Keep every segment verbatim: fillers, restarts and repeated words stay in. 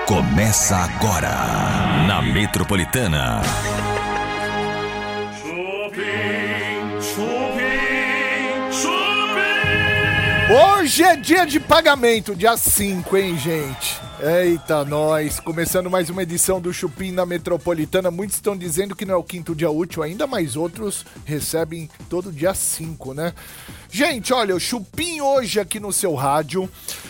Começa agora na Metropolitana. Chupim, chupim, chupim. Hoje é dia de pagamento, dia cinco, hein, gente? Eita, nós, começando mais uma edição do Chupim na Metropolitana. Muitos estão dizendo que não é o quinto dia útil ainda, mas outros recebem todo dia cinco, né? Gente, olha, o Chupim hoje aqui no seu rádio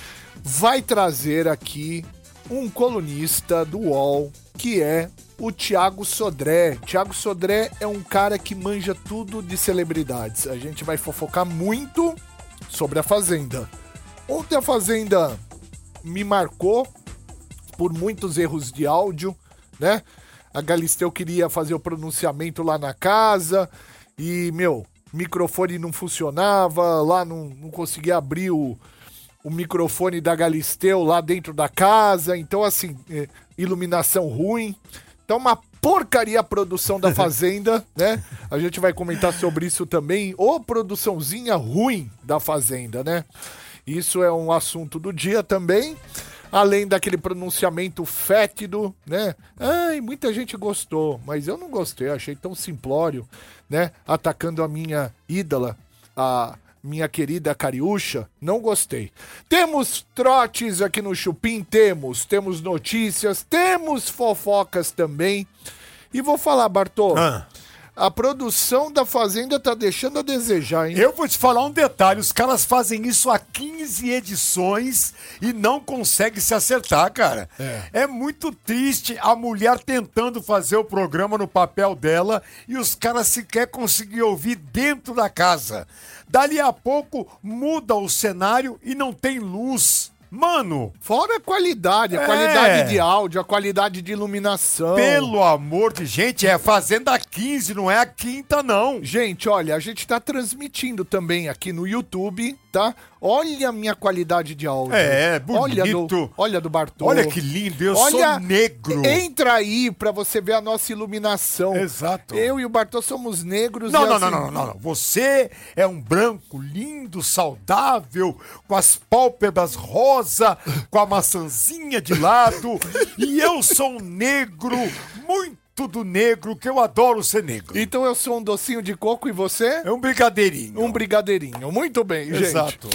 vai trazer aqui um colunista do U O L, que é o Thiago Sodré. Thiago Sodré é um cara que manja tudo de celebridades. A gente vai fofocar muito sobre a Fazenda. Ontem a Fazenda me marcou por muitos erros de áudio, né? A Galisteu queria fazer o pronunciamento lá na casa e, meu, microfone não funcionava, lá não, não conseguia abrir o, o microfone da Galisteu lá dentro da casa, então assim, é, iluminação ruim. Então uma porcaria a produção da Fazenda, né? A gente vai comentar sobre isso também, ou produçãozinha ruim da Fazenda, né? Isso é um assunto do dia também, além daquele pronunciamento fétido, né? Ai, muita gente gostou, mas eu não gostei, achei tão simplório, né? Atacando a minha ídola, a minha querida Cariúcha, não gostei. Temos trotes aqui no Chupim, temos, temos notícias, temos fofocas também. E vou falar, Bartô, ah. a produção da Fazenda tá deixando a desejar, hein? Eu vou te falar um detalhe, os caras fazem isso há quinze edições e não conseguem se acertar, cara. É. é muito triste a mulher tentando fazer o programa no papel dela e os caras sequer conseguem ouvir dentro da casa. Dali a pouco muda o cenário e não tem luz. Mano! Fora a qualidade, a é. qualidade de áudio, a qualidade de iluminação. Pelo amor de gente, é Fazenda quinze, não é a quinta, não. Gente, olha, a gente tá transmitindo também aqui no YouTube, tá? Olha a minha qualidade de áudio. É, bonito. Olha do, olha do Bartô. Olha que lindo, eu olha, sou negro. Entra aí pra você ver a nossa iluminação. Exato. Eu e o Bartô somos negros. Não, e não, assim... não, não, não, não. Você é um branco, lindo, saudável, com as pálpebras rosa, com a maçãzinha de lado. E eu sou um negro, muito tudo negro, que eu adoro ser negro. Então eu sou um docinho de coco e você? É um brigadeirinho. Um brigadeirinho. Muito bem, gente. Exato.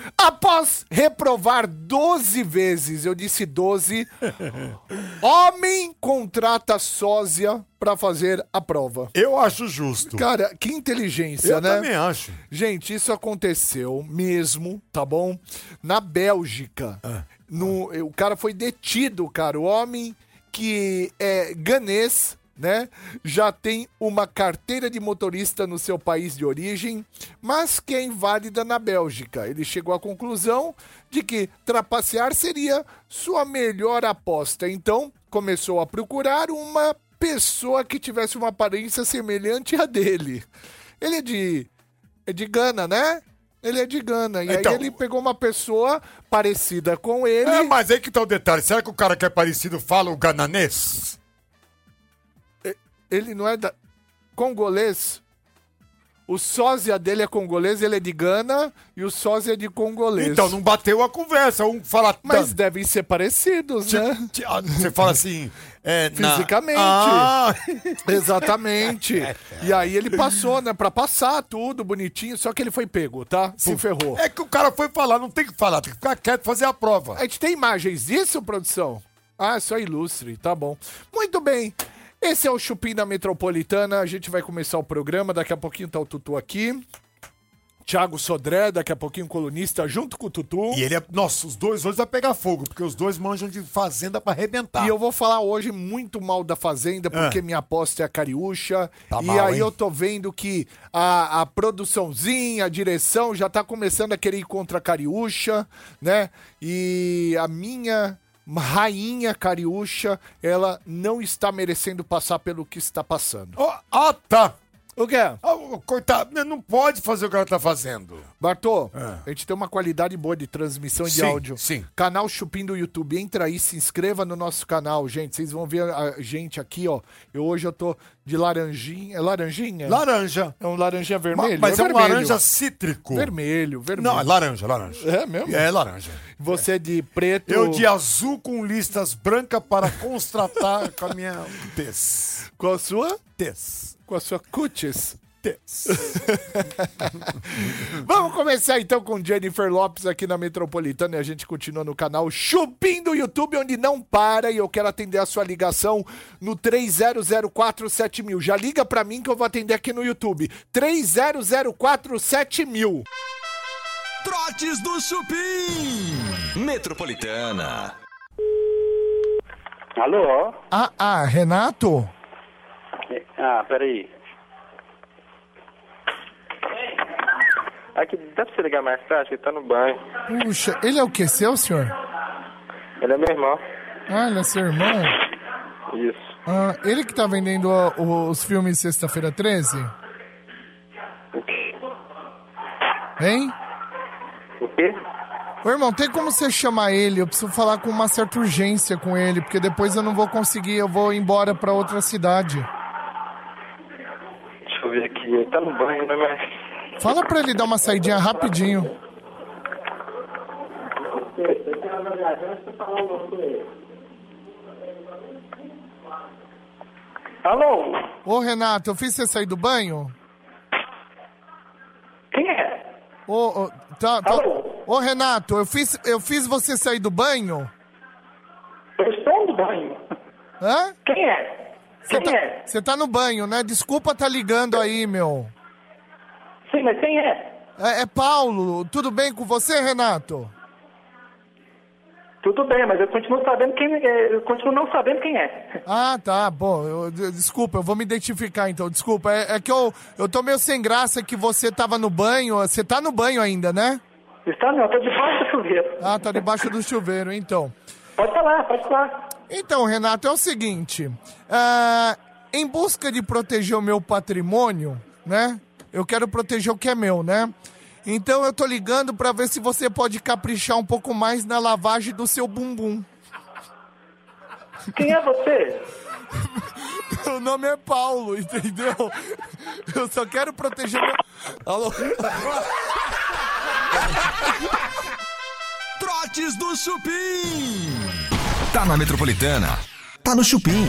Após reprovar doze vezes, eu disse doze, homem contrata sósia pra fazer a prova. Eu acho justo. Cara, que inteligência, eu né? Eu também acho. Gente, isso aconteceu mesmo, tá bom? Na Bélgica. Ah. No, o cara foi detido, cara. O homem que é ganês, né, já tem uma carteira de motorista no seu país de origem, mas que é inválida na Bélgica. Ele chegou à conclusão de que trapacear seria sua melhor aposta. Então, começou a procurar uma pessoa que tivesse uma aparência semelhante à dele. Ele é de, é de Gana, né? Ele é de Gana. E então, aí ele pegou uma pessoa parecida com ele. É, mas aí que tá o detalhe. Será que o cara que é parecido fala o gananês? Ele não é da... congolês. O sósia dele é congolês, ele é de Gana e o sósia é de congolês. Então não bateu a conversa. Um fala... Mas devem ser parecidos, te, né? Te, você fala assim... É, fisicamente. Na... Ah. Exatamente. E aí ele passou, né? Pra passar tudo bonitinho, só que ele foi pego, tá? Se ferrou. É que o cara foi falar, não tem que falar, tem que ficar quieto e fazer a prova. A gente tem imagens disso, produção? Ah, só ilustre, tá bom. Muito bem. Esse é o Chupim da Metropolitana, a gente vai começar o programa, daqui a pouquinho tá o Tutu aqui. Thiago Sodré, daqui a pouquinho colunista, junto com o Tutu. E ele é... Nossa, os dois hoje vai pegar fogo, porque os dois manjam de Fazenda pra arrebentar. E eu vou falar hoje muito mal da Fazenda, porque ah. minha aposta é a Cariúcha. Tá e mal, aí hein? eu tô vendo que a, a produçãozinha, a direção já tá começando a querer ir contra a Cariúcha, né? E a minha... rainha Cariúcha, ela não está merecendo passar pelo que está passando. Oh, ah, tá. O quê? Ah, coitado, não pode fazer o que ela tá fazendo. Bartô, É. a gente tem uma qualidade boa de transmissão e de Sim, áudio. sim. Canal Chupim do YouTube. Entra aí, se inscreva no nosso canal, gente. Vocês vão ver a gente aqui, ó. Eu, hoje eu tô de laranjinha. É laranjinha? Laranja. É um laranjinha vermelho? Mas é, um vermelho. laranja cítrico. Vermelho, vermelho. Não, é laranja, laranja. É mesmo? É laranja. Você de preto... Eu de azul com listas brancas para constratar com a minha tez. Com a sua? Tez. Com a sua cutis? Tez. Vamos começar então com Jennifer Lopes aqui na Metropolitana e a gente continua no canal Chupim do YouTube, onde não para, e eu quero atender a sua ligação no três zero zero quatro sete mil. Já liga pra mim que eu vou atender aqui no YouTube. três zero zero quatro sete mil. Trotes do Chupim. Metropolitana. Alô? Ah, ah, Renato? Ah, peraí. Aqui, dá pra você ligar mais tarde? Que ele tá no banho. Puxa, ele é o que, seu, senhor? Ele é meu irmão. Ah, ele é seu irmão? Isso. Ah, ele que tá vendendo ó, os filmes Sexta-feira treze? O quê? Hein? O quê? Ô, irmão, tem como você chamar ele? Eu preciso falar com uma certa urgência com ele, porque depois eu não vou conseguir, eu vou embora pra outra cidade. Deixa eu ver aqui. Ele tá no banho, né, mas... Fala pra ele dar uma saidinha rapidinho. Alô? Ô, Renato, eu fiz você sair do banho? Quem é? Ô, ô, tá, tá. Alô? Ô, Renato, eu fiz, eu fiz você sair do banho? Eu estou no banho. Hã? Quem é? Você Quem tá, é? você tá no banho, né? Desculpa tá ligando aí, meu. Sim, mas quem é? É, é Paulo, tudo bem com você, Renato? Tudo bem, mas eu continuo sabendo quem é. Eu continuo não sabendo quem é. Ah, tá, bom, eu- eu- desculpa, eu vou me identificar então, desculpa. É, é que eu, eu tô meio sem graça que você tava no banho, você tá no banho ainda, né? Está não, eu tô debaixo do chuveiro. Ah, tá debaixo do chuveiro, então. Pode falar, pode falar. Então, Renato, é o seguinte, ah, em busca de proteger o meu patrimônio, né? Eu quero proteger o que é meu, né? Então eu tô ligando pra ver se você pode caprichar um pouco mais na lavagem do seu bumbum. Quem é você? Meu nome é Paulo, entendeu? Eu só quero proteger meu... Alô? Trotes do Chupim. Tá na Metropolitana. Tá no Chupim.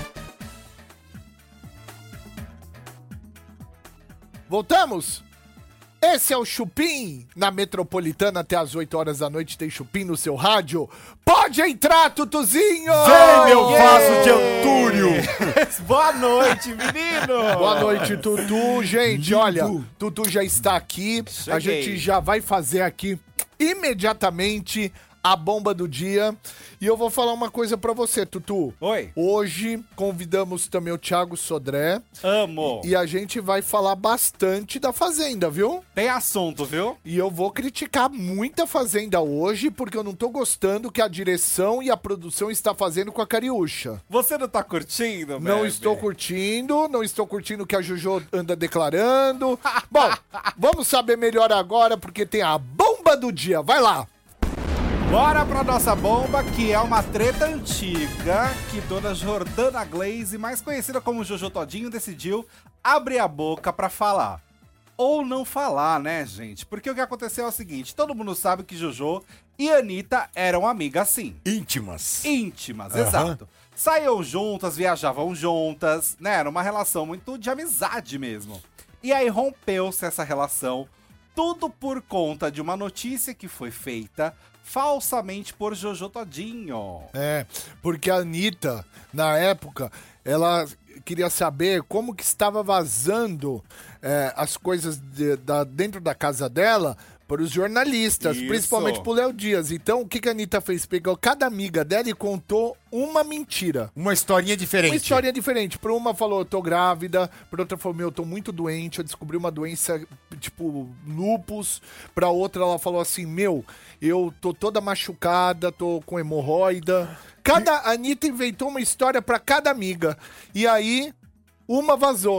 Voltamos? Esse é o Chupim na Metropolitana até as oito horas da noite. Tem Chupim no seu rádio. Pode entrar, Tutuzinho! Vem, meu vaso de Antúrio! Boa noite, menino! Boa noite, Tutu. Gente, Lindo. olha, Tutu já está aqui. A Cheguei. gente já vai fazer aqui imediatamente a bomba do dia. E eu vou falar uma coisa pra você, Tutu. Oi. Hoje convidamos também o Thiago Sodré Amo. e a gente vai falar bastante da Fazenda, viu? Tem assunto, viu? E eu vou criticar muita Fazenda hoje, porque eu não tô gostando que a direção e a produção está fazendo com a Cariúcha. Você não tá curtindo, Não bebê? estou curtindo, não estou curtindo o que a Jojo anda declarando. Bom, vamos saber melhor agora, porque tem a bomba do dia. Vai lá! Bora pra nossa bomba, que é uma treta antiga que dona Jordana Glaze, mais conhecida como Jojo Todinho, decidiu abrir a boca pra falar. Ou não falar, né, gente? Porque o que aconteceu é o seguinte, todo mundo sabe que Jojo e Anitta eram amigas sim. Íntimas. Íntimas, Aham. exato. Saíam juntas, viajavam juntas, né? Era uma relação muito de amizade mesmo. E aí rompeu-se essa relação, tudo por conta de uma notícia que foi feita falsamente por Jojo Todinho. É, porque a Anitta, na época, ela queria saber como que estava vazando é, as coisas de- da, dentro da casa dela para os jornalistas, Isso. principalmente pro Léo Dias. Então, o que, que a Anitta fez? Pegou cada amiga dela e contou uma mentira. Uma historinha diferente. Uma história diferente. Pra uma falou, eu tô grávida. Pra outra falou, meu, eu tô muito doente. Eu descobri uma doença, tipo, lupus. Pra outra, ela falou assim, meu, eu tô toda machucada, tô com hemorroida. Cada... A Anitta inventou uma história pra cada amiga. E aí, uma vazou.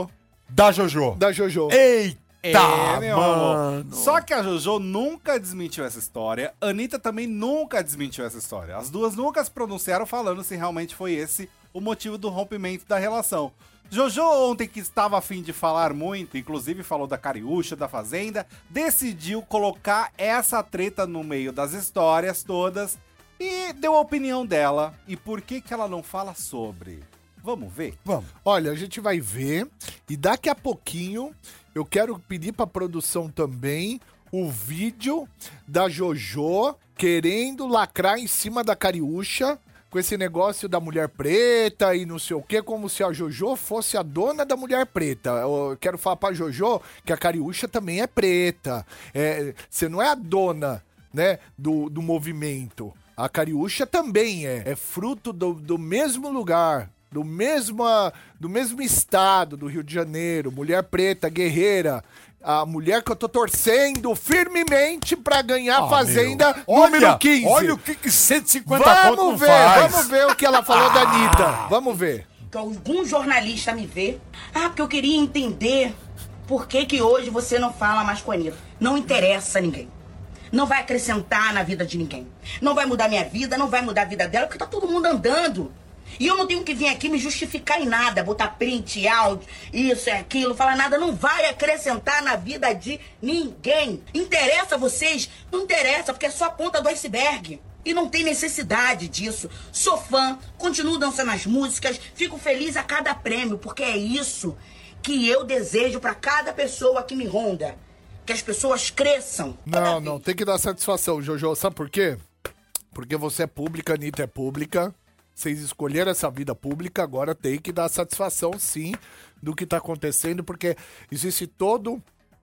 Da Jojo. Da Jojo. Eita, É, meu mano. amor. Só que a Jojo nunca desmentiu essa história. A Anitta também nunca desmentiu essa história. As duas nunca se pronunciaram falando se realmente foi esse o motivo do rompimento da relação. Jojo ontem, que estava a fim de falar muito, inclusive falou da Cariúcha, da Fazenda, decidiu colocar essa treta no meio das histórias todas e deu a opinião dela. E por que que ela não fala sobre? Vamos ver? Vamos. Olha, a gente vai ver e daqui a pouquinho eu quero pedir pra produção também o vídeo da Jojo querendo lacrar em cima da Cariúcha com esse negócio da mulher preta e não sei o que, como se a Jojo fosse a dona da mulher preta. Eu quero falar pra Jojo que a Cariúcha também é preta. É, você não é a dona, né, do, do movimento. A Cariúcha também é. É fruto do, do mesmo lugar. Do mesmo, do mesmo estado do Rio de Janeiro, mulher preta, guerreira, a mulher que eu tô torcendo firmemente pra ganhar a Ah, Fazenda meu. número Olha, quinze. Olha o que, que cento e cinquenta conto não Vamos ver, faz. vamos ver o que ela falou da Anitta. Vamos ver. Que algum jornalista me vê. Ah, porque eu queria entender por que que hoje você não fala mais com a Anitta. Não interessa a ninguém. Não vai acrescentar na vida de ninguém. Não vai mudar minha vida, não vai mudar a vida dela, porque tá todo mundo andando. E eu não tenho que vir aqui me justificar em nada, botar print, áudio, isso, é aquilo, falar nada. Não vai acrescentar na vida de ninguém. Interessa a vocês? Não interessa, porque é só a ponta do iceberg. E não tem necessidade disso. Sou fã, continuo dançando as músicas, fico feliz a cada prêmio, porque é isso que eu desejo pra cada pessoa que me ronda. Que as pessoas cresçam. Não, não, tem que dar satisfação, Jojo. Sabe por quê? Porque você é pública, a Anitta é pública. Vocês escolheram essa vida pública, agora tem que dar satisfação, sim, do que tá acontecendo, porque existe todo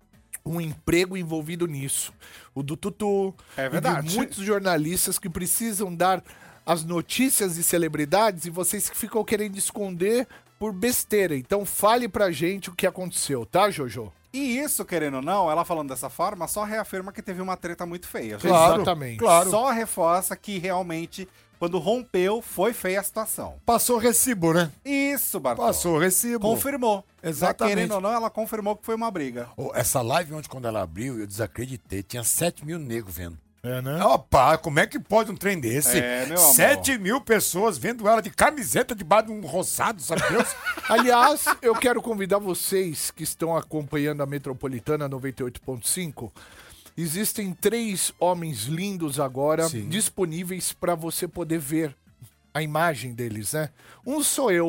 um emprego envolvido nisso. O do Tutu, É e verdade. de muitos jornalistas que precisam dar as notícias de celebridades e vocês que ficam querendo esconder por besteira. Então fale pra gente o que aconteceu, tá, Jojo? E isso, querendo ou não, ela falando dessa forma, só reafirma que teve uma treta muito feia. gente. Claro, Exatamente. claro. Só reforça que realmente, quando rompeu, foi feia a situação. Passou recibo, né? Isso, Bartol. Passou recibo. Confirmou. Exatamente. Já querendo ou não, ela confirmou que foi uma briga. Ô, essa live ontem, quando ela abriu, eu desacreditei. Tinha sete mil negros vendo. É, né? Opa, como é que pode um trem desse? É, meu amor. Sete mil pessoas vendo ela de camiseta debaixo de um roçado, sabe Deus? Aliás, eu quero convidar vocês que estão acompanhando a Metropolitana noventa e oito ponto cinco. Existem três homens lindos agora Sim. disponíveis para você poder ver a imagem deles, né? Um sou eu.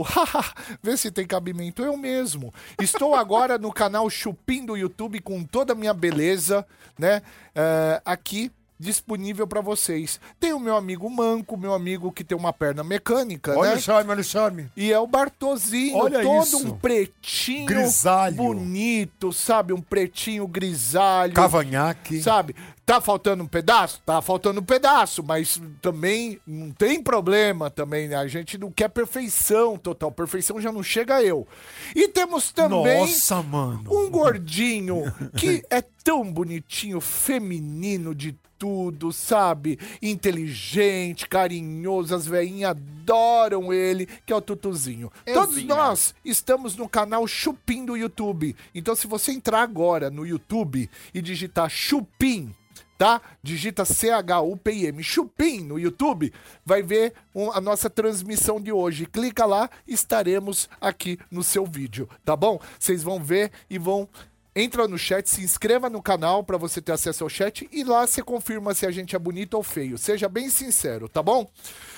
Vê se tem cabimento. Eu mesmo. Estou agora no canal Chupim do YouTube com toda a minha beleza, né? É, aqui disponível para vocês. Tem o meu amigo Manco, meu amigo que tem uma perna mecânica, Olha né? o charme, olha o charme. E é o Bartozinho, Olha todo isso. um pretinho Grisalho. bonito, sabe? Um pretinho grisalho. Cavanhaque. Sabe? Tá faltando um pedaço? Tá faltando um pedaço, mas também não tem problema também, né? A gente não quer perfeição total. Perfeição já não chega a eu. E temos também Nossa, mano. um gordinho que é tão bonitinho, feminino de tudo, sabe? Inteligente, carinhoso, as velhinhas adoram ele, que é o Tutuzinho. Todos Euzinha. nós estamos no canal Chupim do YouTube. Então, se você entrar agora no YouTube e digitar Chupim, tá? Digita C H U P I M, Chupim no YouTube, vai ver um- a nossa transmissão de hoje. Clica lá, estaremos aqui no seu vídeo, tá bom? Vocês vão ver e vão... Entra no chat, se inscreva no canal pra você ter acesso ao chat e lá você confirma se a gente é bonito ou feio. Seja bem sincero, tá bom?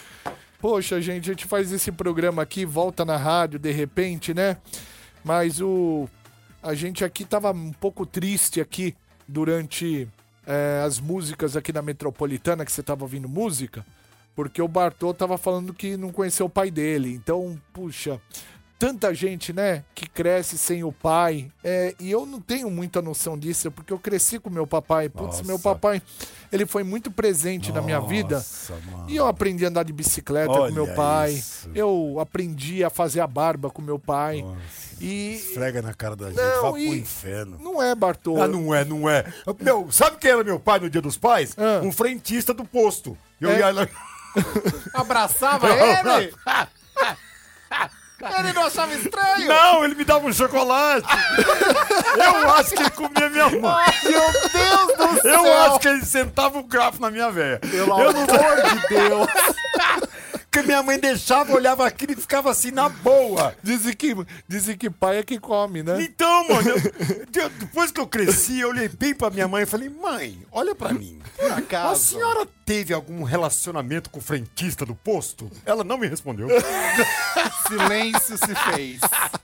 Poxa, gente, a gente faz esse programa aqui, volta na rádio de repente, né? Mas o... A gente aqui tava um pouco triste aqui durante é, as músicas aqui na Metropolitana, que você tava ouvindo música, porque o Bartô tava falando que não conheceu o pai dele. Então, puxa... Tanta gente, né, que cresce sem o pai, é, e eu não tenho muita noção disso, porque eu cresci com meu papai. Putz, Nossa. meu papai, ele foi muito presente na minha vida. Nossa, mano. E eu aprendi a andar de bicicleta Olha com meu pai, isso. eu aprendi a fazer a barba com meu pai. E Esfrega na cara da gente, Não, vai pro e- inferno. não é, Bartô. Ah, não é, não é. Meu, sabe quem era meu pai no Dia dos Pais? Ah. Um frentista do posto. Eu É? ia lá... Abraçava ele? Ele não achava estranho? Não, ele me dava um chocolate. Eu acho que ele comia minha mãe. Meu Deus do Eu céu! acho que ele sentava o garfo na minha veia. Pelo Eu não amor de Deus! Porque minha mãe deixava, olhava aquilo e ficava assim na boa. Dizem que, dizem que pai é que come, né? Então, mano, eu- eu- depois que eu cresci, eu olhei bem pra minha mãe e falei, mãe, olha pra mim. Por A acaso. senhora teve algum relacionamento com o frentista do posto? Ela não me respondeu. Silêncio se fez.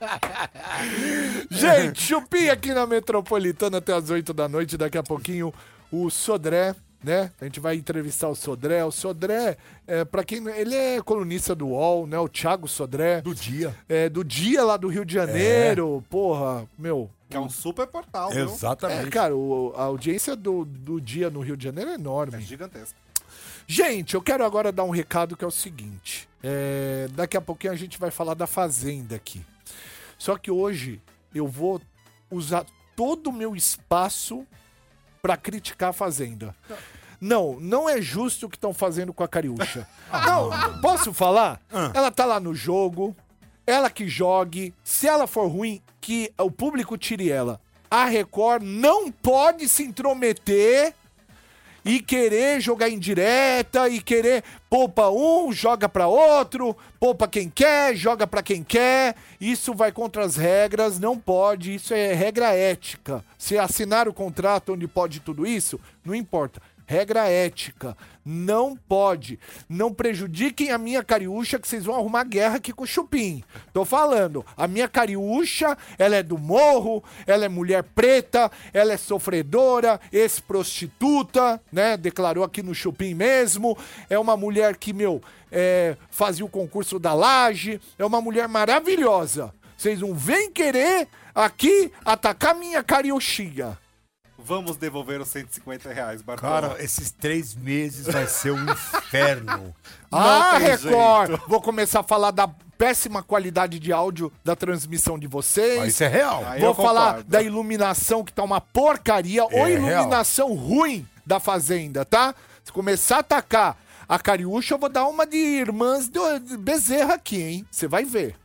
Gente, Chupim aqui na Metropolitana até as oito da noite. Daqui a pouquinho o Sodré, né? A gente vai entrevistar o Sodré. O Sodré, é, pra quem... Ele é colunista do U O L, né? O Thiago Sodré. Do dia. É, do Dia lá do Rio de Janeiro. Porra, meu... Que é um super portal, viu? Exatamente. É, cara, o- a audiência do, do Dia no Rio de Janeiro é É enorme. gigantesco. Gente, eu quero agora dar um recado que é o seguinte. É, daqui a pouquinho a gente vai falar da Fazenda aqui. Só que hoje eu vou usar todo o meu espaço pra criticar a Fazenda. Não, não é justo o que estão fazendo com a Cariúcha. Não, posso falar? Ela tá lá no jogo, ela que jogue. Se ela for ruim, que o público tire ela. A Record não pode se intrometer e querer jogar em direta, e querer poupa um, joga pra outro, poupa quem quer, joga pra quem quer. Isso vai contra as regras, não pode, isso é regra ética. Se assinar o contrato onde pode tudo isso, não importa. Regra ética, não pode. Não prejudiquem a minha Cariúcha, que vocês vão arrumar guerra aqui com o Chupim. Tô falando, a minha Cariúcha, ela é do morro, ela é mulher preta, ela é sofredora, ex-prostituta, né? Declarou aqui no Chupim mesmo. É uma mulher que, meu, é, fazia o concurso da Laje. É uma mulher maravilhosa. Vocês não vêm querer aqui atacar minha Cariúchinha. Vamos devolver os cento e cinquenta reais, Bartol. Cara, esses três meses vai ser um inferno. Ah, tem Record! Vou começar a falar da péssima qualidade de áudio da transmissão de vocês. Mas isso é real. Aí Vou eu falar concordo. da iluminação, que tá uma porcaria, ou É iluminação ruim da Fazenda, tá? Se começar a atacar a Cariúcha, eu vou dar uma de Irmãs do de Bezerra aqui, hein? Você vai ver.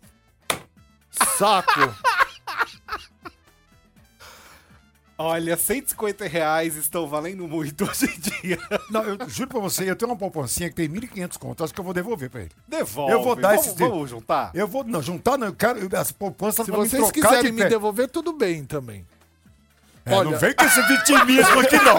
Saco. Olha, cento e cinquenta reais estão valendo muito hoje em dia. Não, eu juro pra você, eu tenho uma poupancinha que tem mil e quinhentos contos, acho que eu vou devolver pra ele. Devolve. Eu vou dar vamos, esses- Vamos juntar? Eu vou, não, juntar não, eu quero, eu- essa poupança Se pra me vocês trocar quiserem de me pé. devolver, tudo bem também. É, Olha- não vem com esse vitimismo aqui, não.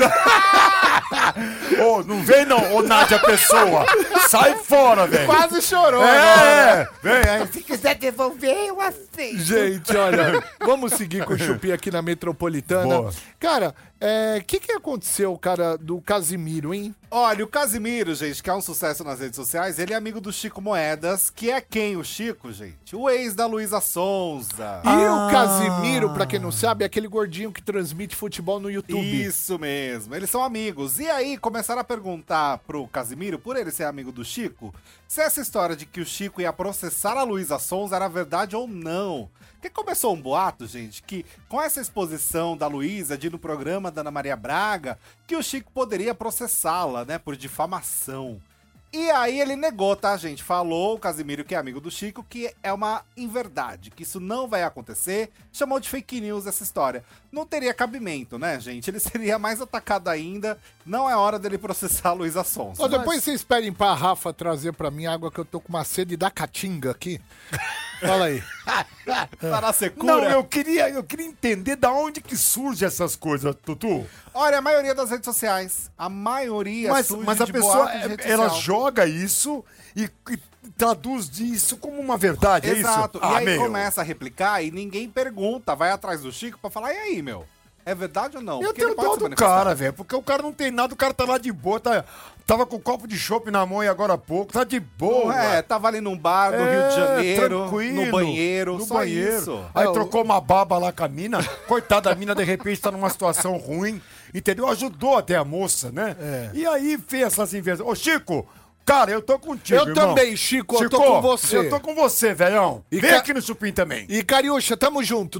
Ô, não vem não, ô Nádia Pessoa. Sai fora, velho. Quase chorou agora. É, vem aí. Se quiser devolver, eu aceito. Gente, olha, vamos seguir com o Chupi aqui na Metropolitana. Boa. Cara, o que que aconteceu, cara, do Casimiro, hein? Olha, o Casimiro, gente, que é um sucesso nas redes sociais, ele é amigo do Chico Moedas, que é quem, o Chico, gente? O ex da Luísa Sonza. E o Casimiro, pra quem não sabe, é aquele gordinho que transmite futebol no YouTube. Isso mesmo, eles são amigos. E aí, começaram a perguntar pro Casimiro, por ele ser amigo do Chico, se essa história de que o Chico ia processar a Luísa Sonza era verdade ou não. Porque começou um boato, gente, que com essa exposição da Luísa de ir no programa da Ana Maria Braga, que o Chico poderia processá-la, né, por difamação. E aí ele negou, tá, gente? Falou, o Casimiro, que é amigo do Chico, que é uma inverdade, que isso não vai acontecer. Chamou de fake news essa história. Não teria cabimento, né, gente? Ele seria mais atacado ainda. Não é hora dele processar a Luísa Sonza. Ó, depois vocês esperem pra Rafa trazer pra mim água, que eu tô com uma sede da caatinga aqui. Fala aí. Tá na secura. Não, eu queria, eu queria entender da onde que surgem essas coisas, Tutu. Olha, a maioria das redes sociais. A maioria Mas, surge mas a de pessoa, boatos de rede ela social. joga isso e, e traduz isso como uma verdade, Exato. é isso? E aí meu. começa a replicar e ninguém pergunta, vai atrás do Chico pra falar, e aí, meu? É verdade ou não? Eu Porque ele tenho pode dó se do manifestar. cara, velho, porque o cara não tem nada, o cara tá lá de boa, tá, tava com um copo de chopp na mão e agora há pouco, tá de boa. É, tava ali num bar do É, Rio de Janeiro, tranquilo, no banheiro, no só banheiro. isso. Aí É, o- trocou uma baba lá com a mina, coitada, a mina de repente tá numa situação ruim, entendeu? Ajudou até a moça, né? É. E aí fez essas inversões. Ô, Chico, cara, eu tô contigo, Eu irmão. também, Chico, eu tô Chico, com você. Eu tô com você, velhão. E Vem ca- aqui no Chupim também. E Cariúcha, tamo junto.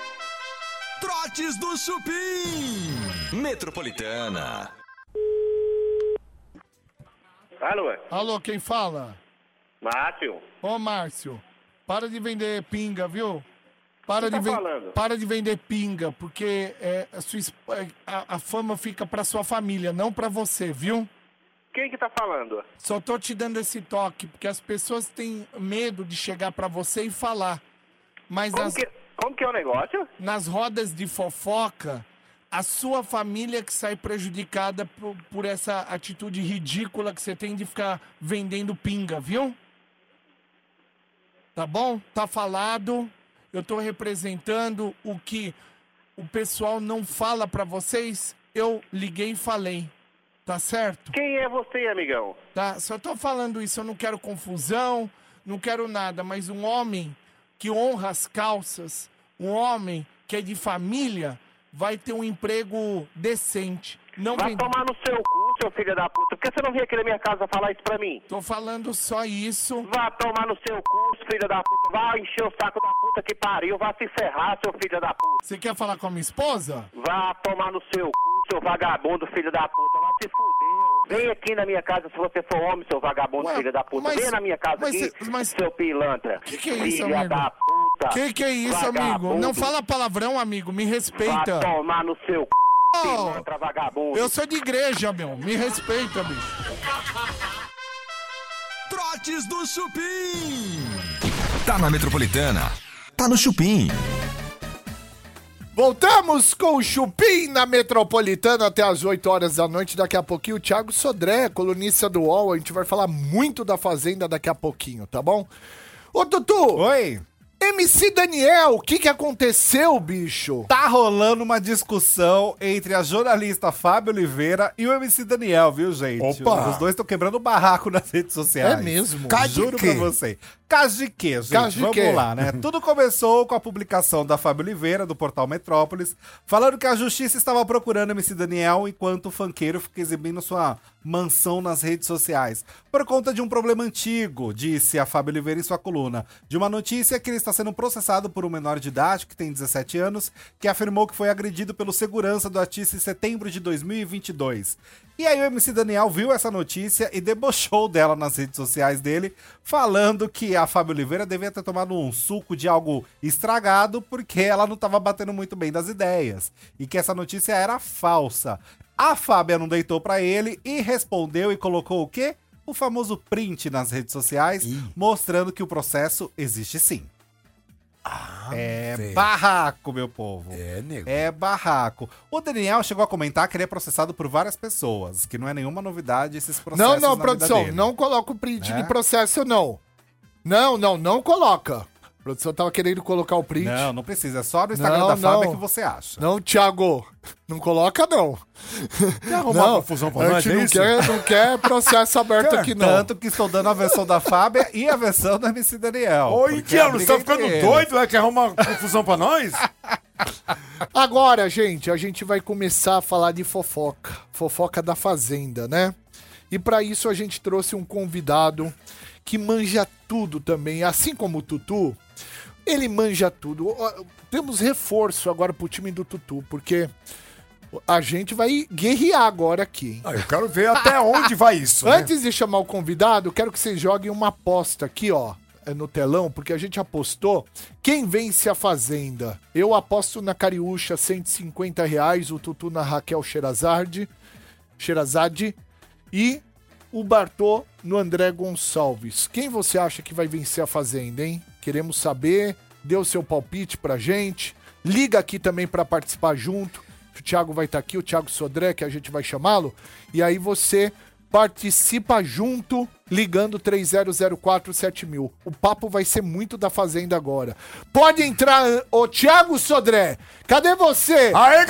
Trotes do Chupim. Metropolitana. Alô, Alô, quem fala? Márcio? Ô, Márcio. Para de vender pinga, viu? Para, Você de, tá ven- falando? para de vender pinga, porque é, a, sua, esp- a, a fama fica pra sua família, não pra você, viu? Quem que tá falando? Só tô te dando esse toque, porque as pessoas têm medo de chegar pra você e falar. Mas Como nas, que, como que é o negócio? nas rodas de fofoca, a sua família que sai prejudicada por, por essa atitude ridícula que você tem de ficar vendendo pinga, viu? Tá bom? Tá falado. Eu tô representando o que o pessoal não fala pra vocês. Eu liguei e falei. Tá certo? Quem é você, amigão? Tá? Só tô falando isso. Eu não quero confusão, não quero nada. Mas um homem que honra as calças, um homem que é de família, vai ter um emprego decente. Não Vai vem... tomar no seu cu, seu filho da puta. Por que você não veio aqui na minha casa falar isso pra mim? Tô falando só isso. Vai tomar no seu cu, filho da puta. Vai encher o saco da puta que pariu. Vai se ferrar, seu filho da puta. Você quer falar com a minha esposa? Vai tomar no seu cu, seu vagabundo, filho da puta. Vai se fuder. Vem aqui na minha casa se você for homem, seu vagabundo, Ué, filho da puta. mas- Vem na minha casa mas aqui, cê- mas- seu pilantra. Que que é isso, filha amigo? da puta. Que que é isso, Vagabundo. amigo? Não fala palavrão, amigo. Me respeita. Vai tomar no seu c... Oh, pilantra, vagabundo. eu sou de igreja, meu. Me respeita, bicho. Trotes do Chupim. Tá na Metropolitana. Tá no Chupim. Voltamos com o Chupim na Metropolitana até as oito horas da noite. Daqui a pouquinho o Thiago Sodré, colunista do U O L. A gente vai falar muito da Fazenda daqui a pouquinho, tá bom? Ô, Tutu! Oi! M C Daniel, o que que aconteceu, bicho? Tá rolando uma discussão entre a jornalista Fábio Oliveira e o M C Daniel, viu, gente? Opa! Os dois estão quebrando o barraco nas redes sociais. É mesmo? Caso de Juro quê? pra você. Caso de quê, gente? Caso de Vamos quê? lá, né? Tudo começou com a publicação da Fábio Oliveira, do portal Metrópolis, falando que a justiça estava procurando M C Daniel enquanto o funkeiro fica exibindo sua mansão nas redes sociais. Por conta de um problema antigo, disse a Fábio Oliveira em sua coluna, de uma notícia que ele está sendo processado por um menor de idade, que tem dezessete anos, que afirmou que foi agredido pelo segurança do artista em setembro de dois mil e vinte e dois. E aí o M C Daniel viu essa notícia e debochou dela nas redes sociais dele, falando que a Fábio Oliveira devia ter tomado um suco de algo estragado porque ela não estava batendo muito bem das ideias e que essa notícia era falsa. A Fábia não deitou pra ele e respondeu e colocou o quê? O famoso print nas redes sociais, mostrando que o processo existe sim. Ah, É velho. barraco, meu povo. É, nego. É barraco. O Daniel chegou a comentar que ele é processado por várias pessoas, que não é nenhuma novidade esses processos. Não, não, na vida produção, dele. não coloca o print É? de processo, não. Não, não, não coloca. A produção tava querendo colocar o print. Não, não precisa. É só no Instagram Não, da Fábia não. que você acha. Não, Thiago, não coloca, não. Quer arrumar Não, confusão pra a nós, gente é não isso? quer, não quer processo aberto aqui, não. Tanto que estou dando a versão da Fábia e a versão do M C Daniel. Ô, porque indiano, a você briga tá ficando entre eles. doido? É? Quer arrumar confusão pra nós? Agora, gente, a gente vai começar a falar de fofoca. Fofoca da Fazenda, né? E pra isso a gente trouxe um convidado que manja tudo também. Assim como o Tutu, ele manja tudo. Ó, temos reforço agora pro time do Tutu, porque a gente vai guerrear agora aqui, hein? Ah, eu quero ver até onde vai isso, né? Antes de chamar o convidado, quero que vocês joguem uma aposta aqui, ó, no telão, porque a gente apostou quem vence a Fazenda. Eu aposto na Cariúcha, cento e cinquenta reais, o Tutu na Raquel Sherazade, Sherazade e o Bartô no André Gonçalves. Quem você acha que vai vencer a Fazenda, hein? Queremos saber, dê o seu palpite pra gente, liga aqui também pra participar junto. O Thiago vai estar aqui, o Thiago Sodré, que a gente vai chamá-lo, e aí você participa junto, ligando três zero zero quatro sete mil. O papo vai ser muito da Fazenda agora. Pode entrar, ô Thiago Sodré. Cadê você? Aê,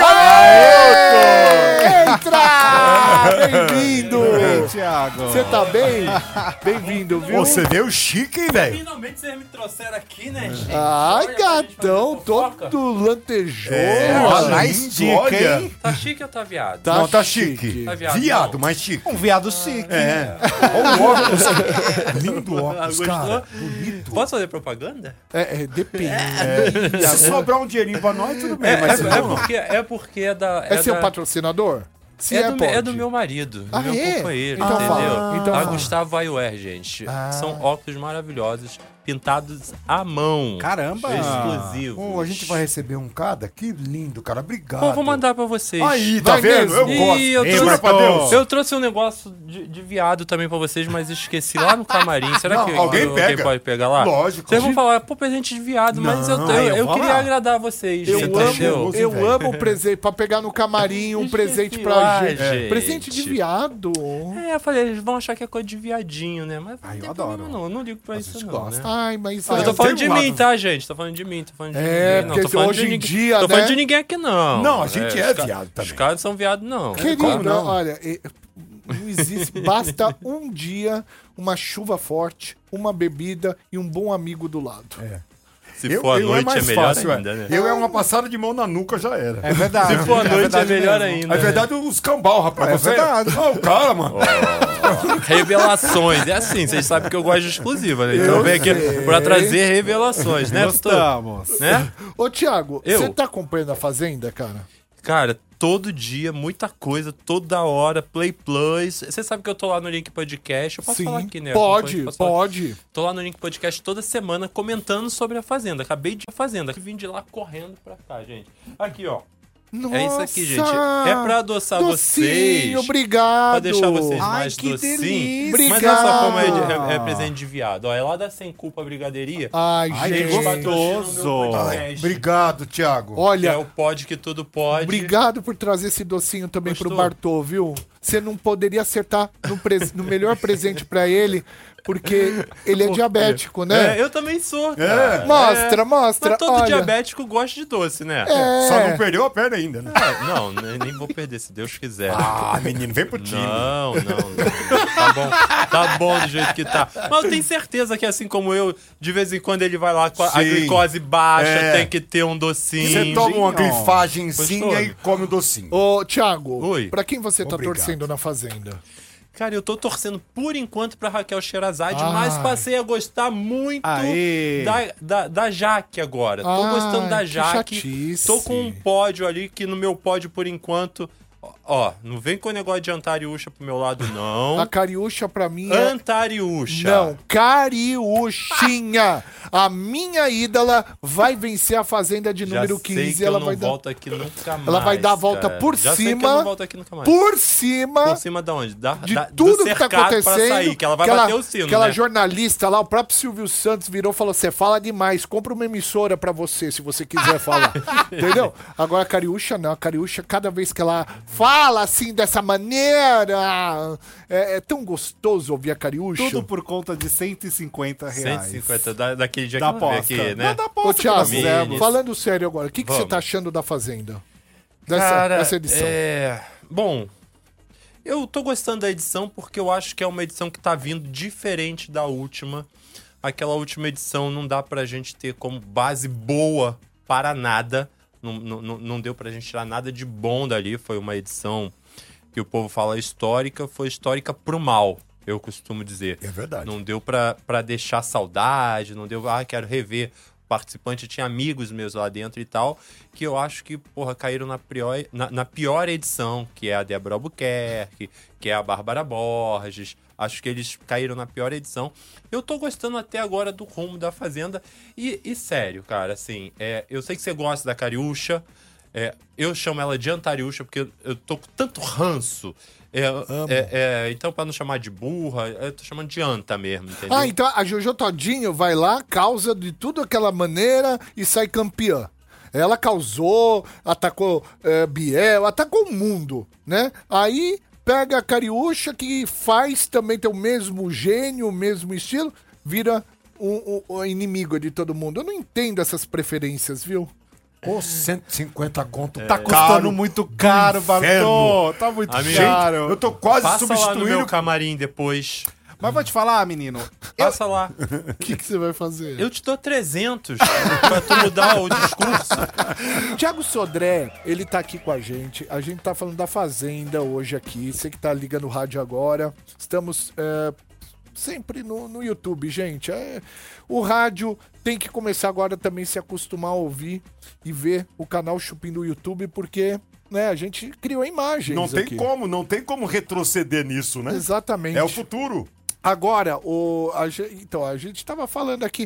Aê! Entra! Bem-vindo! Ei, Thiago. Você tá bem? Bem-vindo, viu? Você veio chique, hein, velho? Finalmente vocês me trouxeram aqui, né, gente? Ai, Olha pra gente gatão, fazer fofoca. todo lantejoso. É, Ó, olha, na lindo, estica, olha. hein? Tá chique ou tá viado? Tá Não, tá chique. chique. Tá viado, Viado, não. mas chique. Um viado chique. É. Olha o óculos. Lindo óculos, Gostou? cara. Bonito. Posso fazer propaganda? É, é, depende. Se sobrar um dinheirinho pra nós, tudo bem. É, mas é, se é não, porque, é porque é da... É, seu da- patrocinador? Se é, é, do, pode. é do meu marido, do Ah, meu é? companheiro, Então entendeu? fala, então a fala. Gustavo Eyewear, gente. Ah. São óculos maravilhosos, pintados à mão. Caramba! Exclusivos. Pô, a gente vai receber um cada? Que lindo, cara. Obrigado. Pô, vou mandar pra vocês. Aí, tá Vai vendo? Eu mesmo? gosto. Ih, eu, Lembra trouxe, pra Deus. eu trouxe um negócio de, de viado também pra vocês, mas esqueci lá no camarim. Será Não, que alguém alguém pega. pode pegar lá? Lógico. Vocês vão falar, pô, presente de viado, mas eu, Não, eu, aí eu eu vou queria lá. agradar vocês. Eu você amo, entendeu? eu velho. amo o presente, pra pegar no camarim um presente pra lá, gente. gente. Presente de viado. É, eu falei, eles vão achar que é coisa de viadinho, né? Mas Ai, não tem eu adoro. problema não, eu não ligo pra isso gente não, gosta. né? Ai, mas... Ah, é, Eu tô eu falando tenho de um mim, lado. tá, gente? Tô falando de mim, tô falando de É, ninguém. Não, tô porque falando hoje de em ninguém. dia, Tô né? falando de ninguém aqui, não. Não, a gente é os ca- viado também. Os caras são viado, não. Querido, Como não? olha, é, não existe. Basta um dia, uma chuva forte, uma bebida e um bom amigo do lado. É. Se for à noite é, melhor ainda, né? Eu é uma passada de mão na nuca, já era. É verdade. Se for à noite é verdade melhor mesmo. ainda. É verdade, os cambal, rapaz. É Você- verdade. Ah, o cara, mano. Revelações. É assim, vocês sabem que eu gosto de exclusiva, né? Então Eu eu venho aqui sei. pra trazer revelações, né? Gostamos. Né? Ô, Thiago, Eu? você tá acompanhando a Fazenda, cara? Cara, todo dia, muita coisa, toda hora, Play Plus. Você sabe que eu tô lá no Link Podcast. Eu posso Sim, falar aqui, né? pode, Posso falar? pode. Tô lá no Link Podcast toda semana comentando sobre a Fazenda. Acabei de ir a Fazenda. Vim de lá correndo pra cá, gente. Aqui, ó. Nossa, É isso aqui, gente. É pra adoçar docinho, vocês. obrigado. Pra deixar vocês Ai, mais que docinhos. delícia. Mas não é só como é, de- Obrigado. é- é presente de viado. Ó, é lá da Sem Culpa Brigadeiria. Ai, Ai, que gente. gostoso. Ai, obrigado, Thiago. Que é Olha, o Pode Que Tudo Pode. obrigado por trazer esse docinho também Gostou? pro Bartô, viu? Você não poderia acertar no, pres- no melhor presente pra ele, porque ele é diabético, né? É, eu também sou. É. cara. Mostra, mostra, Mas todo olha. diabético gosta de doce, né? É. Só não perdeu a perna ainda, né? É, não, nem nem vou perder, se Deus quiser. Ah, menino, vem pro time. Não, não, não. Tá bom, tá bom do jeito que tá. Mas eu tenho certeza que assim como eu, de vez em quando ele vai lá com a, a Sim. glicose baixa, É. tem que ter um docinho. Você toma uma Gostou? grifagenzinha e come o docinho. Ô, Thiago, Oi. pra quem você tá Obrigado. torcendo na Fazenda? Cara, eu tô torcendo por enquanto pra Raquel Sherazade, Ai. mas passei a gostar muito Aê. da, da, da Jaque agora. Tô Ai, gostando da que Jaque. chatice. Tô com um pódio ali, que no meu pódio por enquanto... ó, Ó, não vem com o negócio de Antariúcha pro meu lado, não. A Cariúcha pra mim é... Antariúcha. Não, Cariúchinha. A minha ídola vai vencer a Fazenda de Já número sei quinze. que ela eu não vai dar... volto aqui nunca mais. Ela vai dar a volta cara. por Já sei que eu cima. não volto aqui nunca mais. Por cima... Por cima da onde? Da, de da, do tudo que tá cercado acontecendo. Pra sair, que ela vai aquela, bater o sino, Aquela né? jornalista lá, o próprio Silvio Santos virou e falou: você fala demais, compra uma emissora pra você, se você quiser falar. Entendeu? Agora a Cariúcha não. A Cariúcha, cada vez que ela fala assim, dessa maneira, é, é tão gostoso ouvir a Cariúcha. Tudo por conta de cento e cinquenta reais. cento e cinquenta da, daquele dia Da que eu vi aposta. aqui, né? Não, da Ô, aposta que Thiago, nós fizemos. falando sério agora, o que, que você Vamos. tá achando da Fazenda? Dessa, Cara, dessa edição. é... Bom, eu tô gostando da edição porque eu acho que é uma edição que tá vindo diferente da última. Aquela última edição não dá pra gente ter como base boa para nada. Não, não, não deu pra gente tirar nada de bom dali. Foi uma edição que o povo fala histórica, foi histórica pro mal, eu costumo dizer. É verdade. Não deu pra, pra deixar saudade, não deu, ah, quero rever. O participante tinha amigos meus lá dentro e tal, que eu acho que, porra, caíram na pior, na, na pior edição, que é a Débora Albuquerque, que é a Bárbara Borges. Acho que eles caíram na pior edição. Eu tô gostando até agora do rumo da Fazenda. E, e sério, cara, assim, é, eu sei que você gosta da Cariúcha. É, eu chamo ela de Antariúcha porque eu, eu tô com tanto ranço. É, é, é, então, pra não chamar de burra, eu tô chamando de Anta mesmo, entendeu? Ah, então a Jojo Todinho vai lá, causa de tudo aquela maneira e sai campeã. Ela causou, atacou é, Biel, atacou o mundo, né? Aí pega a Cariúcha, que faz também ter o mesmo gênio, o mesmo estilo, vira o, o, o inimigo de todo mundo. Eu não entendo essas preferências, viu? Pô, cento e cinquenta conto. Tá custando muito caro, Bartô. Tá muito Amigo, caro. Eu tô quase Passa lá no substituindo. meu camarim depois. Mas vou te falar, menino. Passa lá. O que, que você vai fazer? Eu te dou trezentos pra tu mudar o discurso. Thiago Sodré, ele tá aqui com a gente. A gente tá falando da Fazenda hoje aqui. Você que tá ligando o rádio agora. Estamos é, sempre no, no YouTube, gente. É, o rádio tem que começar agora também a se acostumar a ouvir e ver o canal Chupim do YouTube, porque né? A gente criou imagens Não tem aqui. como, não tem como retroceder nisso, né? Exatamente. É o futuro. Agora, o, a, ge- então, a gente estava falando aqui,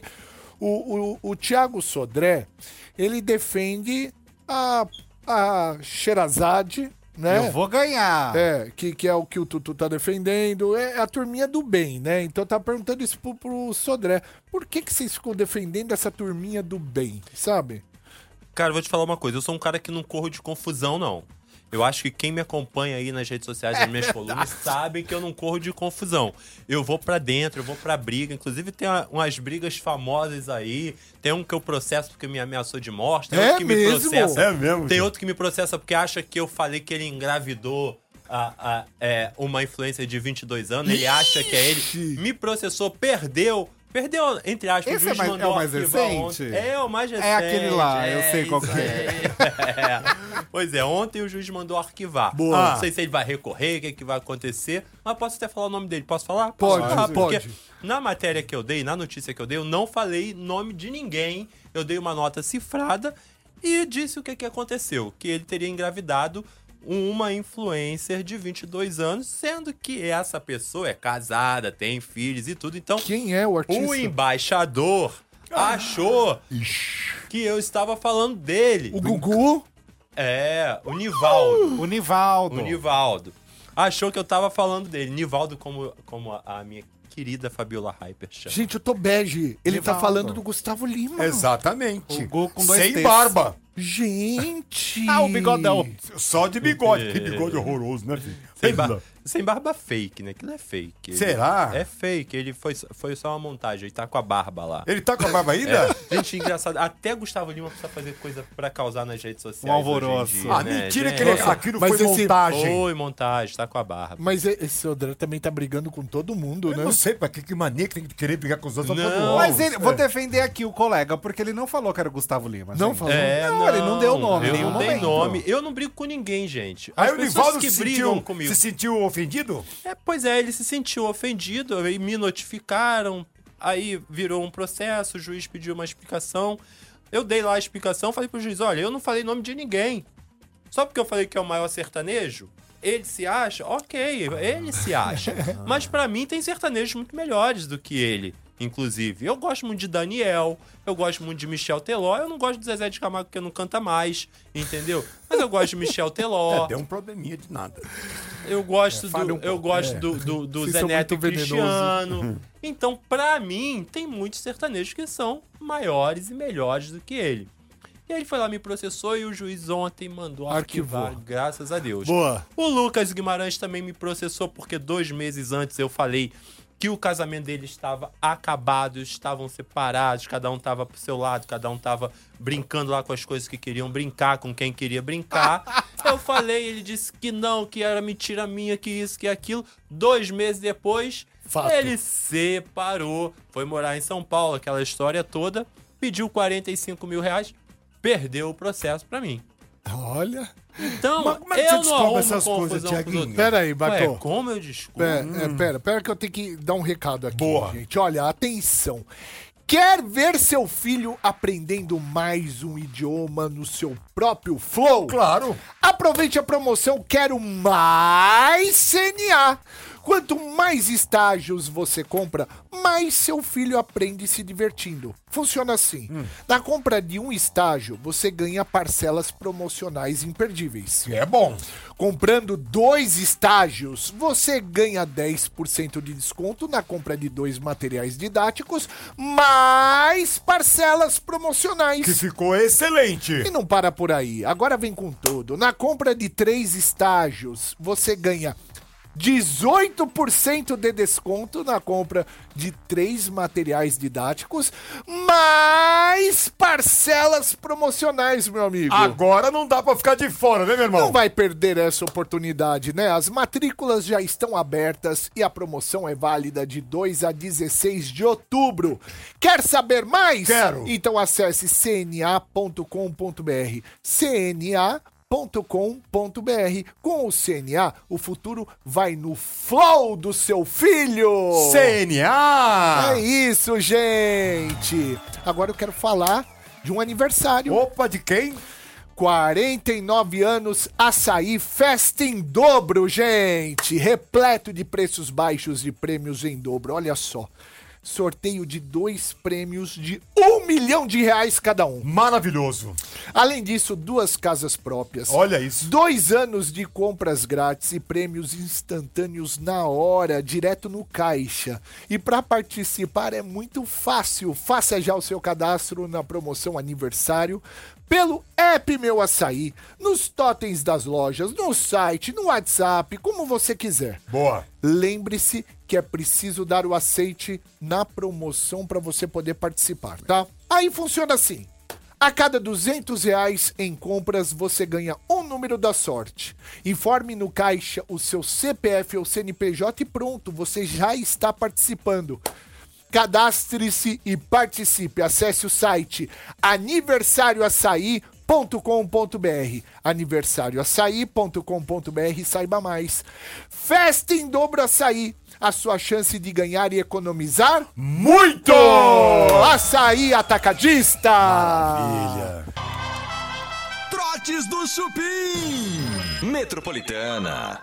o, o, o Thiago Sodré, ele defende a, a Sherazade, né? Eu vou ganhar. É, que, que é o que o Tutu tá defendendo, é a turminha do bem, né? Então tá perguntando isso pro, pro Sodré. Por que que vocês ficam defendendo essa turminha do bem, sabe? Cara, eu vou te falar uma coisa. Eu sou um cara que não corro de confusão, não. Eu acho que quem me acompanha aí nas redes sociais, nas minhas colunas, sabe que eu não corro de confusão. Eu vou pra dentro, eu vou pra briga. Inclusive tem uma- umas brigas famosas aí. Tem um que eu processo porque me ameaçou de morte. Tem É outro que me mesmo? processa. É mesmo, Tem gente? outro que me processa porque acha que eu falei que ele engravidou a, a- é, uma influencer de vinte e dois anos. Ele acha que é ele. Me processou, perdeu. Perdeu, entre aspas, Esse o juiz é mais- mandou é o mais arquivar recente? ontem. É o mais recente. É aquele lá, eu sei qual isso que é. aí. É. Pois é, ontem o juiz mandou arquivar. Boa. Não sei se ele vai recorrer, o que, é que vai acontecer, mas posso até falar o nome dele. Posso falar? Pode, Posso falar, porque pode. na matéria que eu dei, na notícia que eu dei, eu não falei nome de ninguém. Eu dei uma nota cifrada e disse o que, que aconteceu. Que ele teria engravidado uma influencer de vinte e dois anos, sendo que essa pessoa é casada, tem filhos e tudo. Então, Quem é o artista? o embaixador achou que eu estava falando dele. O Gugu? É, o Nivaldo. O Nivaldo. O Nivaldo. Achou que eu tava falando dele. Nivaldo, como, como a, a minha querida Fabiola Hyper chama. Gente, eu tô bege. Ele tá Nivaldo. falando do Gustavo Lima. Exatamente. O Gu com dois Sem T's. barba. Gente! Ah, o bigodão. Só de bigode. Que bigode horroroso, né, filho? Sem, bar- sem barba fake, né? Aquilo é fake. Ele- Será? É fake. Ele foi, foi só uma montagem. Ele tá com a barba lá. Ele tá com a barba ainda? É. Gente, engraçado. Até Gustavo Lima precisa fazer coisa pra causar nas redes sociais. Um alvoroço. hoje em dia, Ah, né, mentira gente? que ele, aquilo mas foi esse- montagem. Foi montagem, tá com a barba. Mas e- esse Sodré também tá brigando com todo mundo, Eu né? não sei pra que, que mania que tem que querer brigar com os outros. Não, só pra- Mas ele, É. vou defender aqui o colega, porque ele não falou que era o Gustavo Lima. Não gente. falou? É, Não, ele não deu nome, Eu nenhum não dei momento. nome. Eu não brigo com ninguém, gente. As Aí o pessoas Nivaldo que se brigam sentiu, comigo. se sentiu ofendido? É, pois é, ele se sentiu ofendido, aí me notificaram, aí virou um processo, o juiz pediu uma explicação. Eu dei lá a explicação, falei pro juiz, olha, eu não falei nome de ninguém. Só porque eu falei que é o maior sertanejo, ele se acha, ok, ele se acha. Mas pra mim tem sertanejos muito melhores do que ele, inclusive. Eu gosto muito de Daniel, eu gosto muito de Michel Teló, eu não gosto do Zezé de Camargo porque não canta mais, entendeu? Mas eu gosto de Michel Teló. É, deu um probleminha de nada. Eu gosto, fale do, um eu pouco. gosto do, do, do Vocês Zé são Neto e muito venenoso. Cristiano. Então, pra mim, tem muitos sertanejos que são maiores e melhores do que ele. E aí ele foi lá, me processou e o juiz ontem mandou arquivar, Arquivou. graças a Deus. Boa. O Lucas Guimarães também me processou porque dois meses antes eu falei que o casamento dele estava acabado, estavam separados, cada um tava pro seu lado, cada um tava brincando lá com as coisas que queriam brincar, com quem queria brincar. Eu falei, ele disse que não, que era mentira minha, que isso, que aquilo. Dois meses depois, Fato. ele separou, foi morar em São Paulo, aquela história toda, pediu quarenta e cinco mil reais, perdeu o processo pra mim. Olha. Então, Mas como é que você eu não descobre arrumo essas coisas, confusão com os Thiaguinho? outros. Pera aí, Ué, Bacô. como eu descubro? Pera, é, pera, pera que eu tenho que dar um recado aqui, Boa. gente. Olha, atenção. Quer ver seu filho aprendendo mais um idioma no seu próprio flow? Claro. Aproveite a promoção Quero Mais C N A. Quanto mais estágios você compra, mais seu filho aprende se divertindo. Funciona assim. Na compra de um estágio, você ganha parcelas promocionais imperdíveis. É bom. Comprando dois estágios, você ganha dez por cento de desconto na compra de dois materiais didáticos, mais parcelas promocionais. Que ficou excelente. E não para por aí. Agora vem com tudo. Na compra de três estágios, você ganha dezoito por cento de desconto na compra de três materiais didáticos, mais parcelas promocionais, meu amigo. Agora não dá pra ficar de fora, né, meu irmão? Não vai perder essa oportunidade, né? As matrículas já estão abertas e a promoção é válida de dois a dezesseis de outubro. Quer saber mais? Quero. Então acesse c n a ponto com ponto b r. c n a ponto com ponto b r. Com o C N A, o futuro vai no flow do seu filho. C N A! É isso, gente. Agora eu quero falar de um aniversário. Opa, de quem? quarenta e nove anos, Açaí, festa em dobro, gente. Repleto de preços baixos e prêmios em dobro. Olha só. Sorteio de dois prêmios de um milhão de reais cada um. Maravilhoso. Além disso, duas casas próprias. Olha isso. Dois anos de compras grátis e prêmios instantâneos na hora, direto no caixa. E para participar é muito fácil. Faça já o seu cadastro na promoção aniversário pelo app Meu Açaí, nos totens das lojas, no site, no WhatsApp, como você quiser. Boa. Lembre-se que é preciso dar o aceite na promoção para você poder participar, tá? Aí funciona assim. A cada duzentos reais em compras, você ganha um número da sorte. Informe no caixa o seu C P F ou C N P J e pronto, você já está participando. Cadastre-se e participe. Acesse o site aniversário açaí ponto com ponto br, aniversário açaí ponto com ponto br, saiba mais. Festa em dobro Açaí, a sua chance de ganhar e economizar muito! Açaí Atacadista! Maravilha! Trotes do Chupim. Metropolitana.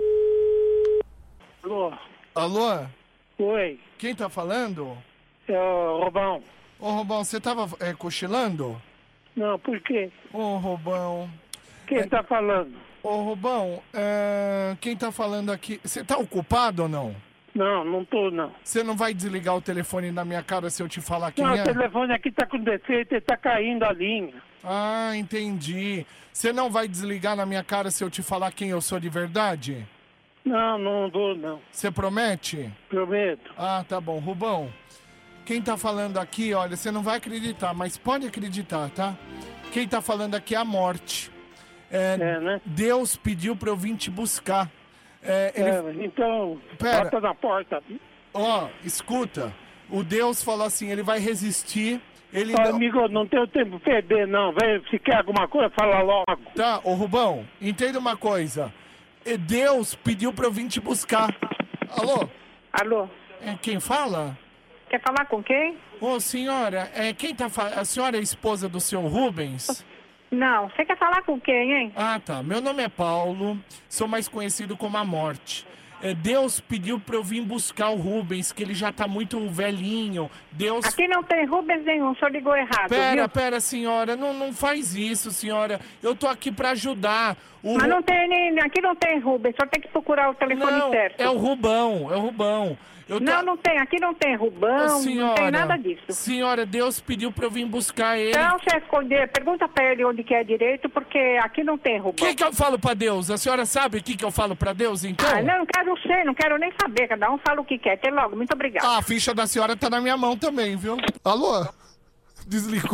Alô? Alô? Oi, Quem tá falando? é o Robão. Ô, Robão, você tava é, cochilando? Não, por quê? Ô, Robão... Quem tá falando? Ô, Robão, é, quem tá falando aqui... Você tá ocupado ou não? Não, não tô, não. Você não vai desligar o telefone na minha cara se eu te falar quem Não, é? o telefone aqui tá com defeito e tá caindo a linha. Ah, entendi. Você não vai desligar na minha cara se eu te falar quem eu sou de verdade? Não, não dou, não. Você promete? Prometo. Ah, tá bom. Rubão, quem tá falando aqui, olha, você não vai acreditar, mas pode acreditar, tá? Quem tá falando aqui é a morte. É, É, né? Deus pediu pra eu vir te buscar. É, ele... É, então, Pera. bota na porta. Ó, escuta. O Deus falou assim, ele vai resistir. Ele Ó, não... amigo, não tenho tempo de perder, não. Vem, se quer alguma coisa, fala logo. Tá, ô Rubão, entenda uma coisa. E Deus pediu pra eu vir te buscar. Alô? Alô? É, quem fala? Quer falar com quem? Ô, senhora, é, quem tá fa... a senhora é a esposa do senhor Rubens? Não, você quer falar com quem, hein? Ah, tá. Meu nome é Paulo, sou mais conhecido como a Morte. É, Deus pediu pra eu vir buscar o Rubens, que ele já tá muito velhinho. Deus... Aqui não tem Rubens nenhum, o senhor ligou errado, Pera, viu? pera, senhora, não, não faz isso, senhora. Eu tô aqui pra ajudar. O Mas Ru- não tem nem... Aqui não tem Rubens, o senhor tem que procurar o telefone Não, certo. é o Rubão, é o Rubão. Eu Não, tá- não tem, aqui não tem Rubão, Ô, não tem nada disso. Senhora, Deus pediu pra eu vir buscar ele. Não, se esconder, pergunta pra ele onde que é direito, porque aqui não tem O Rubão. que que eu falo pra Deus? A senhora sabe o que que eu falo pra Deus, então? Ah, não, não quero ser, não quero nem saber, cada um fala o que quer. Até logo, muito obrigada. Ah, a ficha da senhora tá na minha mão também, viu? Alô? Desligou.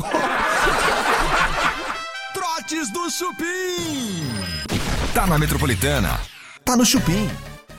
Trotes do Chupim. Tá na Metropolitana. Tá no Chupim.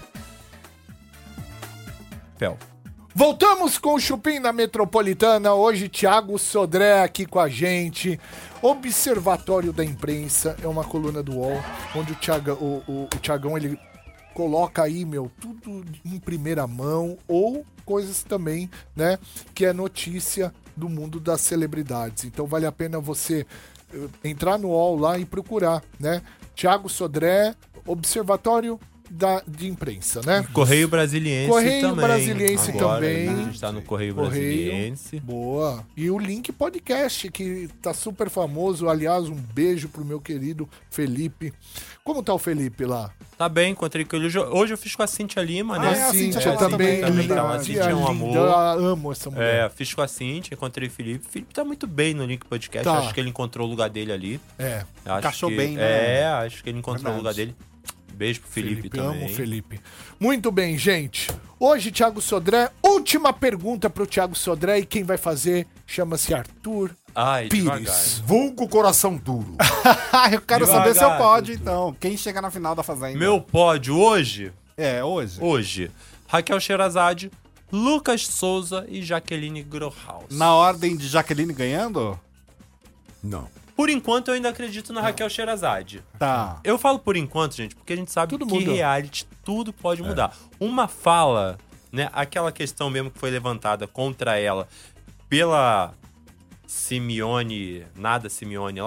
Fel. Voltamos com o Chupim na Metropolitana. Hoje, Thiago Sodré aqui com a gente. Observatório da Imprensa é uma coluna do U O L, onde o, Thiago, o, o, o Thiagão, ele coloca aí, meu, tudo em primeira mão ou coisas também, né, que é notícia do mundo das celebridades. Então vale a pena você eh, entrar no U O L lá e procurar, né? Thiago Sodré, Observatório da, de Imprensa, né? Correio Brasiliense Correio também. Brasiliense Agora, também. A gente tá no Correio, Correio. Brasiliense. Boa. E o Link Podcast, que tá super famoso. Aliás, um beijo pro meu querido Felipe. Como tá o Felipe lá? Tá bem, encontrei com ele. Hoje, hoje eu fiz com a Cíntia Lima, né? Ah, é, a Cíntia também. também linda, tá. A Cíntia é um linda. amor. Eu amo essa mulher. É, fiz com a Cíntia, encontrei o Felipe. O Felipe tá muito bem no Link Podcast. Tá. Acho que ele encontrou o lugar dele ali. É. Acho Encaixou que- bem, né? É, acho que ele encontrou Verdade. o lugar dele. Beijo pro Felipe, Felipe, também. amo o Felipe. Muito bem, gente. Hoje, Thiago Sodré, última pergunta pro Thiago Sodré e quem vai fazer chama-se Arthur Ai, Pires. devagar. Vulgo coração duro. Eu quero Devagar, saber se eu pode, Dudu. então. Quem chega na final da Fazenda? Meu pódio hoje, É, hoje. hoje, Raquel Sherazade, Lucas Souza e Jaqueline Grohaus. Na ordem de Jaqueline ganhando? Não. Por enquanto, eu ainda acredito na Raquel Sherazade. Tá. Eu falo por enquanto, gente, porque a gente sabe Tudo que muda. reality tudo pode mudar. Uma fala, né, aquela questão mesmo que foi levantada contra ela pela Simeone, nada Simeone lá,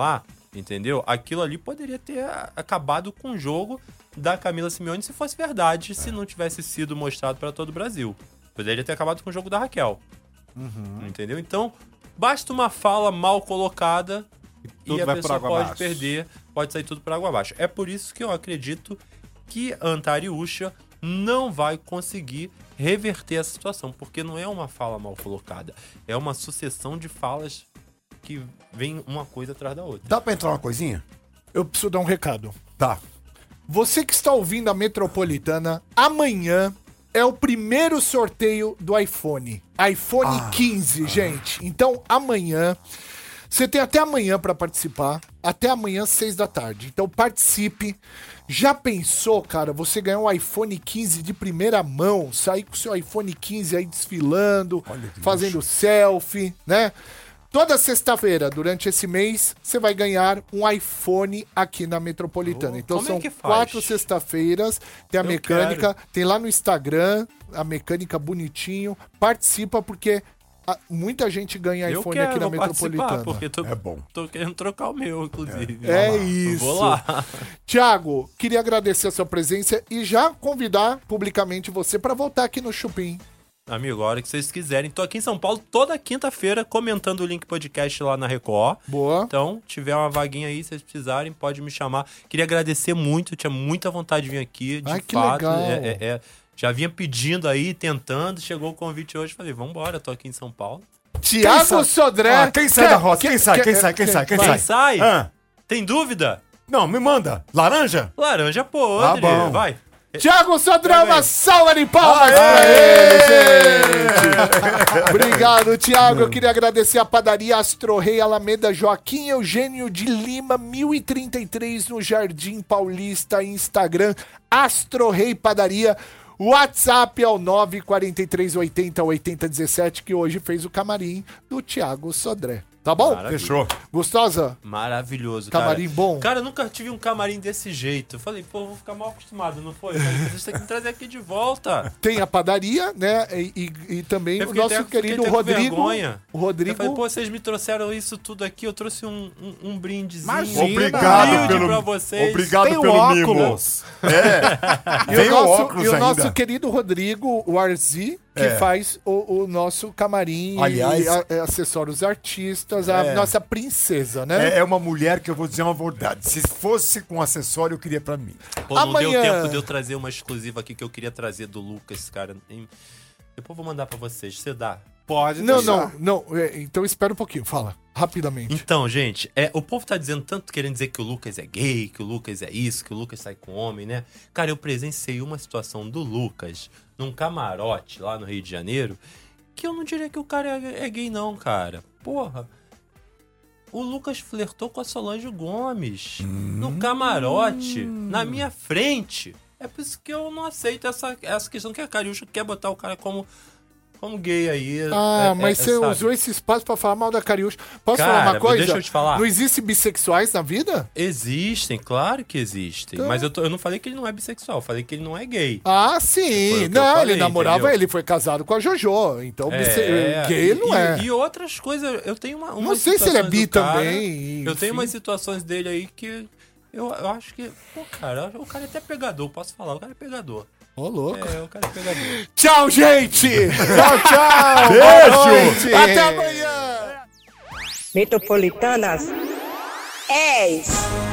Entendeu? Aquilo ali poderia ter acabado com o jogo da Camila Simeone se fosse verdade, se não tivesse sido mostrado para todo o Brasil. Poderia ter acabado com o jogo da Raquel. Uhum. Entendeu? Então, basta uma fala mal colocada e, tudo a vai pessoa por água pode abaixo. perder, pode sair tudo por água abaixo. É por isso que eu acredito que a Antariúcha não vai conseguir reverter essa situação, porque não é uma fala mal colocada, é uma sucessão de falas que vem uma coisa atrás da outra. Dá pra entrar uma coisinha? Eu preciso dar um recado. Tá. Você que está ouvindo a Metropolitana, amanhã é o primeiro sorteio do iPhone. iPhone Ah, quinze, ah. gente. Então, amanhã... Você tem até amanhã para participar. Até amanhã, seis da tarde. Então, participe. Já pensou, cara, você ganhar um iPhone quinze de primeira mão, sair com o seu iPhone quinze aí desfilando, fazendo luxo. Selfie, né? Toda sexta-feira, durante esse mês, você vai ganhar um iPhone aqui na Metropolitana. Oh, então como são é que faz? quatro sexta-feiras, tem a Eu mecânica, quero. tem lá no Instagram, a mecânica bonitinho. Participa porque a- muita gente ganha Eu iPhone quero, aqui na vou participar, Metropolitana. porque tô, É bom. tô querendo trocar o meu, inclusive. É Vou lá. isso. Vou lá. Tiago, queria agradecer a sua presença e já convidar publicamente você para voltar aqui no Chupim. Amigo, a hora que vocês quiserem. Tô aqui em São Paulo toda quinta-feira comentando o Link Podcast lá na Record. Boa. Então, tiver uma vaguinha aí, se vocês precisarem, pode me chamar. Queria agradecer muito, eu tinha muita vontade de vir aqui, de Ai, que fato. legal. É, é, é, já vinha pedindo aí, tentando, chegou o convite hoje, falei, vambora, tô aqui em São Paulo. Tiago sai? Sodré. Ah, quem sai da roça? Quem sai? Quem sai? Quem sai? Quem Quem sai? sai? Ah. Tem dúvida? Não, me manda. Laranja? Laranja podre, Ah, bom. vai. Tiago Sodré, Também. uma salva de palmas pra ele, gente. Obrigado, Tiago. Eu queria agradecer a padaria Astro Rei Alameda Joaquim Eugênio de Lima, mil e trinta e três, no Jardim Paulista, Instagram, Astro Rei Padaria. WhatsApp é o nove quatro três oito zero oito zero um sete, que hoje fez o camarim do Tiago Sodré. Tá bom? Maravilha. Fechou. Gostosa? Maravilhoso, Camarim cara. bom? Cara, eu nunca tive um camarim desse jeito. Eu falei, pô, eu vou ficar mal acostumado, não foi? Eu falei, vocês têm que me trazer aqui de volta. Tem a padaria, né? E, e- e também Eu o fiquei nosso até- fiquei querido até com Rodrigo. vergonha. O Rodrigo. Eu falei, pô, vocês me trouxeram isso tudo aqui, eu trouxe um, um, um brindezinho. Imagina. Obrigado um brinde pelo, pra vocês. obrigado Tem o pelo óculos. mimo. É. E Vem o nosso, óculos e o ainda. nosso querido Rodrigo, o Arzi, que É. faz o, o nosso camarim Aliás- e a- é, acessórios artistas, a É. nossa princesa, né? É, é uma mulher que eu vou dizer uma verdade. Se fosse com acessório, eu queria pra mim. Pô, não Amanhã- deu tempo de eu trazer uma exclusiva aqui que eu queria trazer do Lucas, cara. Em- Depois eu vou mandar pra vocês. Você dá? Pode Não, deixar. não, não. é, então espera um pouquinho, fala, rapidamente. Então, gente, é, o povo tá dizendo tanto, querendo dizer que o Lucas é gay, que o Lucas é isso, que o Lucas sai com homem, né? Cara, eu presenciei uma situação do Lucas num camarote lá no Rio de Janeiro, que eu não diria que o cara é, é gay não, cara. Porra. O Lucas flertou com a Solange Gomes no camarote, na minha frente. É por isso que eu não aceito essa, essa questão que a Cariúcha quer botar o cara como, como gay aí. Ah, é- mas é- você sabe? usou esse espaço pra falar mal da Cariúcha. Posso Cara, falar uma coisa? deixa eu te falar. Não existe bissexuais na vida? Existem, claro que existem. Então- Mas eu, tô- eu não falei que ele não é bissexual, eu falei que ele não é gay. Ah, Foi sim. o que eu Não, falei, ele namorava, entendeu? ele foi casado com a Jojo. Então, bisse- É, gay ele não e, é. E outras coisas, eu tenho uma. Não umas sei se ele é situações bi do cara, também, Eu tenho enfim. umas situações dele aí que eu, eu acho que. Pô, cara, o cara é até pegador, posso falar, o cara é pegador. Ô, louco. É, o cara é pegador. Tchau, gente! tchau, tchau! Beijo! Boa noite. Até amanhã! Metropolitanas dez.